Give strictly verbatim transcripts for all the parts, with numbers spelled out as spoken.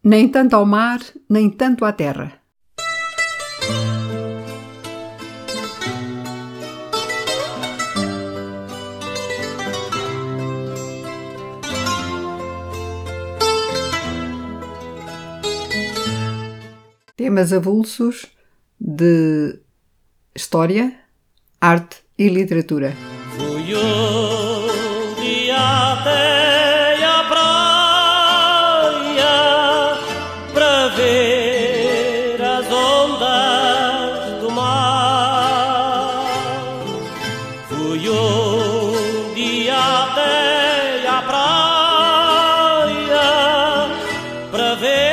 Nem tanto ao mar, nem tanto à terra. Temas avulsos de história, arte e literatura. Fui um dia até à praia para ver as ondas do mar. Fui um dia até à praia para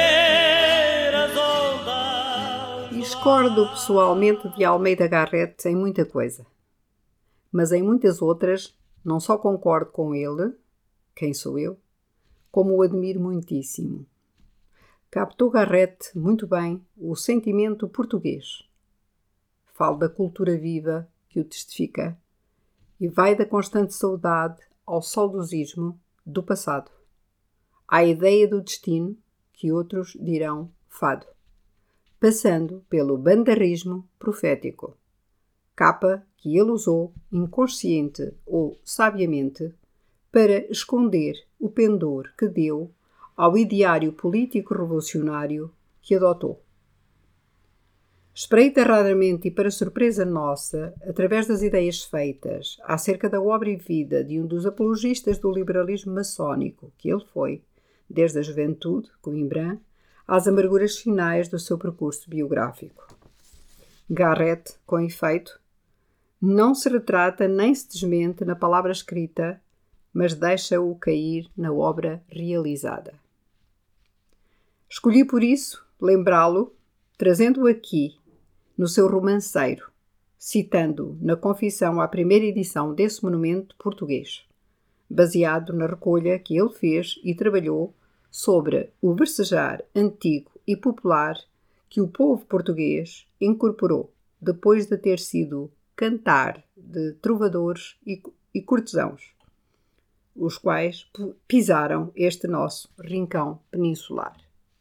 ver as ondas. Discordo pessoalmente de Almeida Garrett em muita coisa. Mas em muitas outras não só concordo com ele, quem sou eu, como o admiro muitíssimo. Captou Garrett muito bem o sentimento português. Fala da cultura viva que o testifica e vai da constante saudade ao saudosismo do passado, à ideia do destino que outros dirão fado, passando pelo bandarrismo profético. Capa que ele usou, inconsciente ou sabiamente, para esconder o pendor que deu ao ideário político-revolucionário que adotou. Espreita raramente e para surpresa nossa, através das ideias feitas acerca da obra e vida de um dos apologistas do liberalismo maçónico que ele foi, desde a juventude, Coimbra, às amarguras finais do seu percurso biográfico. Garrett, com efeito, não se retrata nem se desmente na palavra escrita, mas deixa-o cair na obra realizada. Escolhi por isso lembrá-lo, trazendo-o aqui, no seu romanceiro, citando na confissão à primeira edição desse monumento português, baseado na recolha que ele fez e trabalhou sobre o versejar antigo e popular que o povo português incorporou depois de ter sido cantar de trovadores e, e cortesãos, os quais pisaram este nosso rincão peninsular.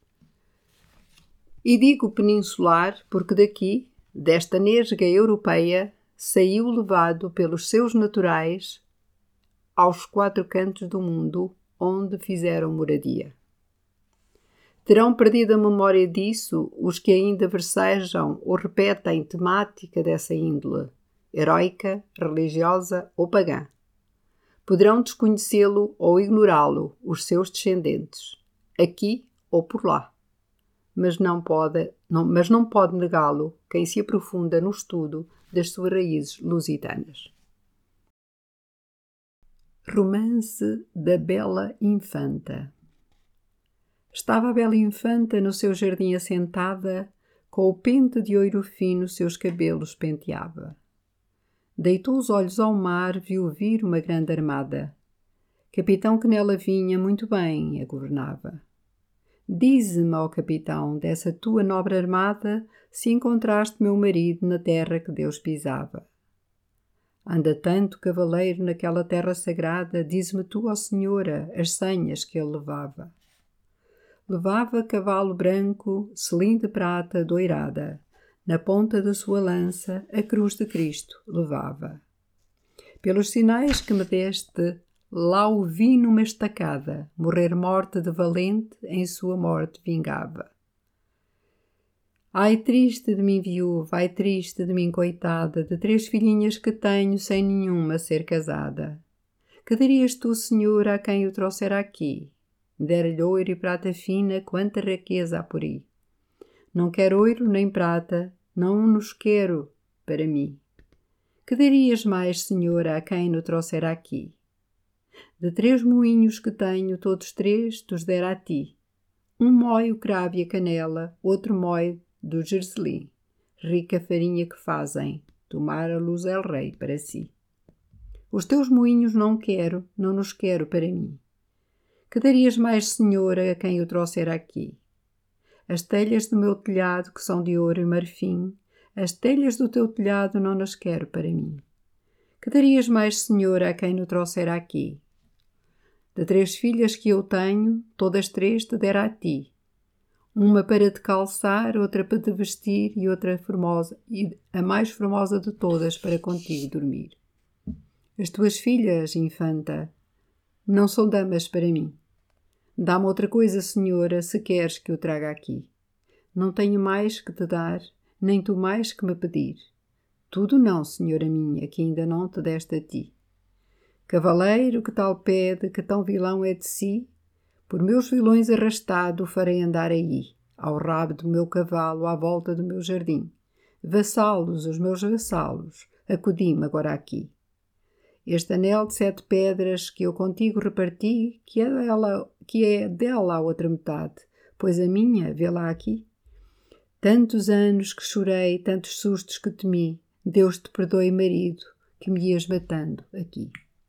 E digo peninsular porque daqui, desta nesga europeia, saiu levado pelos seus naturais aos quatro cantos do mundo onde fizeram moradia. Terão perdido a memória disso os que ainda versejam ou repetem temática dessa índole, heroica, religiosa ou pagã. Poderão desconhecê-lo ou ignorá-lo os seus descendentes, aqui ou por lá. Mas não pode, não, mas não pode negá-lo quem se aprofunda no estudo das suas raízes lusitanas. Romance da Bela Infanta. Estava a Bela Infanta no seu jardim assentada, com o pente de ouro fino seus cabelos penteava. Deitou os olhos ao mar, viu vir uma grande armada. Capitão que nela vinha muito bem a governava. Dize-me, ó capitão, dessa tua nobre armada, se encontraste meu marido na terra que Deus pisava. Anda tanto cavaleiro naquela terra sagrada, dize-me tu, ó senhora, as senhas que ele levava. Levava cavalo branco, selim de prata doirada. Na ponta da sua lança, a cruz de Cristo levava. Pelos sinais que me deste, lá o vi numa estacada, morrer morte de valente, em sua morte vingava. Ai triste de mim viúva, ai triste de mim coitada, de três filhinhas que tenho, sem nenhuma ser casada. Que dirias tu, senhora, a quem o trouxera aqui? Der-lhe ouro e prata fina, quanta riqueza há por aí. Não quero ouro nem prata, não nos quero para mim. Que darias mais, senhora, a quem o trouxera aqui? De três moinhos que tenho, todos três, te os dera a ti. Um mói o cravo e a canela, outro mói do gergelim. Rica farinha que fazem, tomar a luz el rei para si. Os teus moinhos não quero, não nos quero para mim. Que darias mais, senhora, a quem o trouxera aqui? As telhas do meu telhado, que são de ouro e marfim, as telhas do teu telhado não nas quero para mim. Que darias mais, senhora, a quem o trouxera aqui? De três filhas que eu tenho, todas três te dera a ti. uma para te calçar, outra para te vestir e outra formosa, e a mais formosa de todas para contigo dormir. As tuas filhas, infanta, não são damas para mim. Dá-me outra coisa, senhora, se queres que eu traga aqui. Não tenho mais que te dar, nem tu mais que me pedir. Tudo não, senhora minha, que ainda não te deste a ti. Cavaleiro que tal pede, que tão vilão é de si, por meus vilões arrastado farei andar aí, ao rabo do meu cavalo, à volta do meu jardim. Vassalos, os meus vassalos, acudi-me agora aqui. Este anel de sete pedras que eu contigo reparti, que é dela, que é dela a outra metade, pois a minha, vê-la aqui. Tantos anos que chorei, tantos sustos que temi, Deus te perdoe, marido, que me ias matando aqui.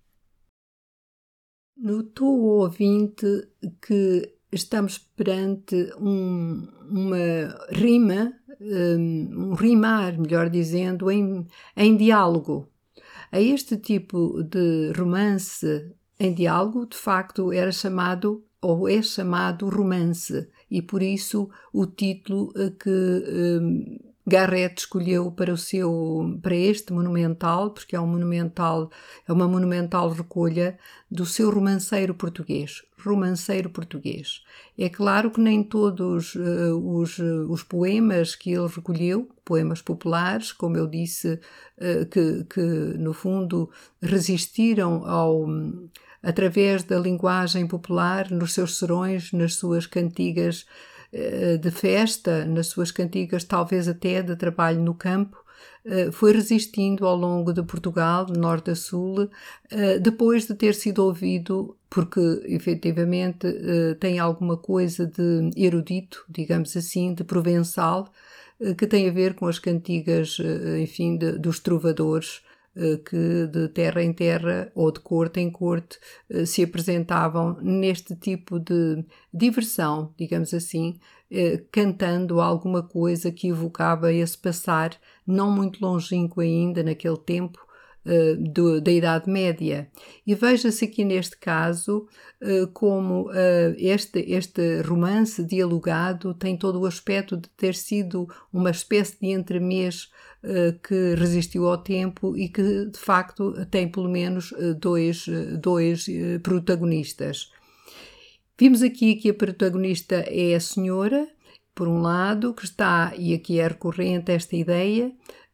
Notou o ouvinte que estamos perante um, uma rima, um, um rimar, melhor dizendo, em, em diálogo. A este tipo de romance em diálogo, de facto, era chamado ou é chamado romance, e por isso o título que um, Garrett escolheu para o seu, para este monumental, porque é um monumental, é uma monumental recolha do seu romanceiro português, romanceiro português. É claro que nem todos uh, os, uh, os poemas que ele recolheu, poemas populares, como eu disse, uh, que, que no fundo resistiram ao, através da linguagem popular, nos seus serões, nas suas cantigas de festa, nas suas cantigas, talvez até de trabalho no campo, foi resistindo ao longo de Portugal, de norte a sul, depois de ter sido ouvido, porque efetivamente tem alguma coisa de erudito, digamos assim, de provençal, que tem a ver com as cantigas, enfim, de, dos trovadores, que de terra em terra ou de corte em corte se apresentavam neste tipo de diversão, digamos assim, cantando alguma coisa que evocava esse passar não muito longínquo ainda naquele tempo do, da Idade Média. E veja-se aqui neste caso como este, este romance dialogado tem todo o aspecto de ter sido uma espécie de entremês que resistiu ao tempo e que de facto tem pelo menos dois, dois protagonistas. Vimos aqui que a protagonista é a senhora, por um lado, que está, e aqui é recorrente esta ideia,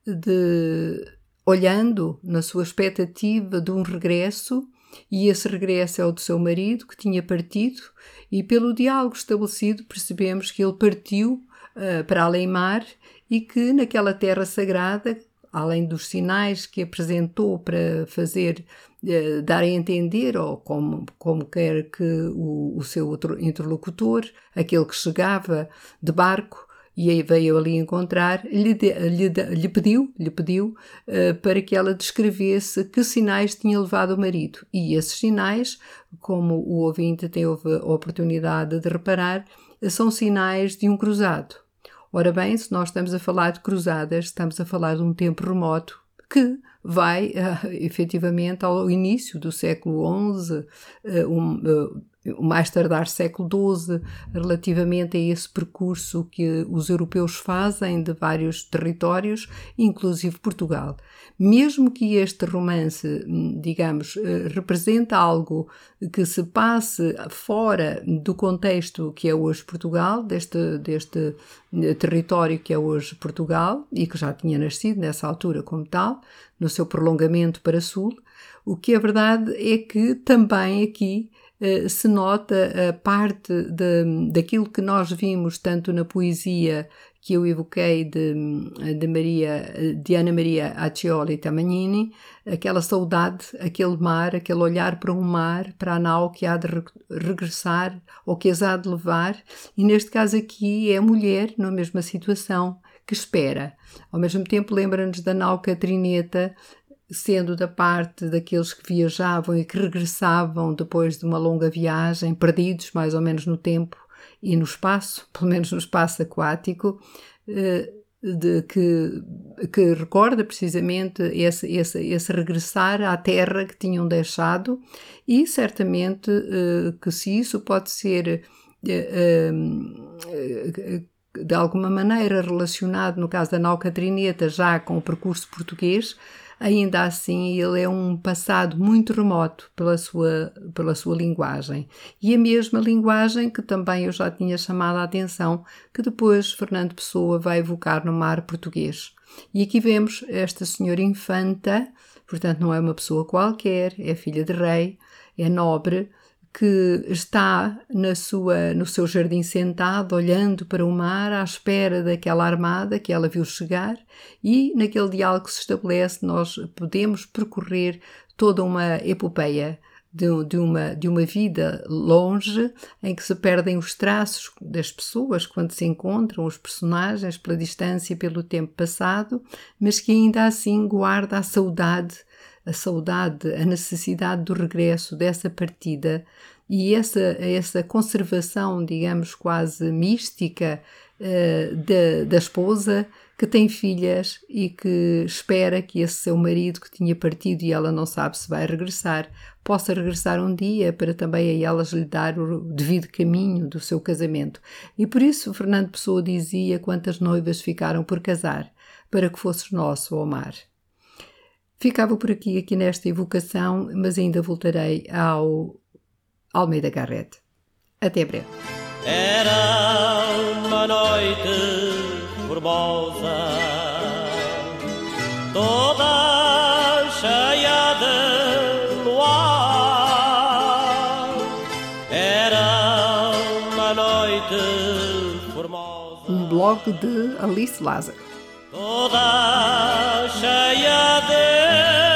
de olhando na sua expectativa de um regresso, e esse regresso é o do seu marido, que tinha partido, e pelo diálogo estabelecido percebemos que ele partiu uh, para além-mar e que naquela terra sagrada, além dos sinais que apresentou para fazer, eh, dar a entender, ou como, como quer que o, o seu outro interlocutor, aquele que chegava de barco e aí veio ali encontrar, lhe, de, lhe, lhe pediu, lhe pediu uh, para que ela descrevesse que sinais tinha levado o marido. E esses sinais, como o ouvinte teve a oportunidade de reparar, são sinais de um cruzado. Ora bem, se nós estamos a falar de cruzadas, estamos a falar de um tempo remoto que vai, uh, efetivamente, ao início do século onze, uh, um, uh, o mais tardar século doze, relativamente a esse percurso que os europeus fazem de vários territórios, inclusive Portugal. Mesmo que este romance, digamos, represente algo que se passe fora do contexto que é hoje Portugal, deste, deste território que é hoje Portugal, e que já tinha nascido nessa altura como tal, no seu prolongamento para sul, o que é verdade é que também aqui Uh, se nota a parte de, daquilo que nós vimos tanto na poesia que eu evoquei de, de, Maria, de Ana Maria Accioli Tamagnini, aquela saudade, aquele mar, aquele olhar para um mar, para a nau que há de re- regressar ou que as há de levar, e neste caso aqui é a mulher na mesma situação que espera. Ao mesmo tempo lembra-nos da nau Catrineta, sendo da parte daqueles que viajavam e que regressavam depois de uma longa viagem, perdidos mais ou menos no tempo e no espaço, pelo menos no espaço aquático, de que, que recorda precisamente esse, esse, esse regressar à terra que tinham deixado, e certamente que se isso pode ser de alguma maneira relacionado, no caso da Nau Catrineta, já com o percurso português, ainda assim ele é um passado muito remoto pela sua, pela sua linguagem. E a mesma linguagem que também eu já tinha chamado a atenção, que depois Fernando Pessoa vai evocar no mar português. E aqui vemos esta senhora infanta, portanto não é uma pessoa qualquer, é filha de rei, é nobre, que está na sua, no seu jardim sentado, olhando para o mar, à espera daquela armada que ela viu chegar, e naquele diálogo que se estabelece nós podemos percorrer toda uma epopeia de, de, uma, de uma vida longe, em que se perdem os traços das pessoas quando se encontram, os personagens, pela distância e pelo tempo passado, mas que ainda assim guarda a saudade a saudade, a necessidade do regresso, dessa partida e essa, essa conservação, digamos, quase mística uh, da, da esposa que tem filhas e que espera que esse seu marido que tinha partido e ela não sabe se vai regressar, possa regressar um dia para também a elas lhe dar o devido caminho do seu casamento. E por isso Fernando Pessoa dizia quantas noivas ficaram por casar, para que fosses nosso, ó mar. Ficava por aqui, aqui nesta evocação, mas ainda voltarei ao Almeida Garrett. Até breve. Era uma noite formosa, toda cheia de luar. Era uma noite formosa. Um blog de Alice Lázaro. Toda cheia de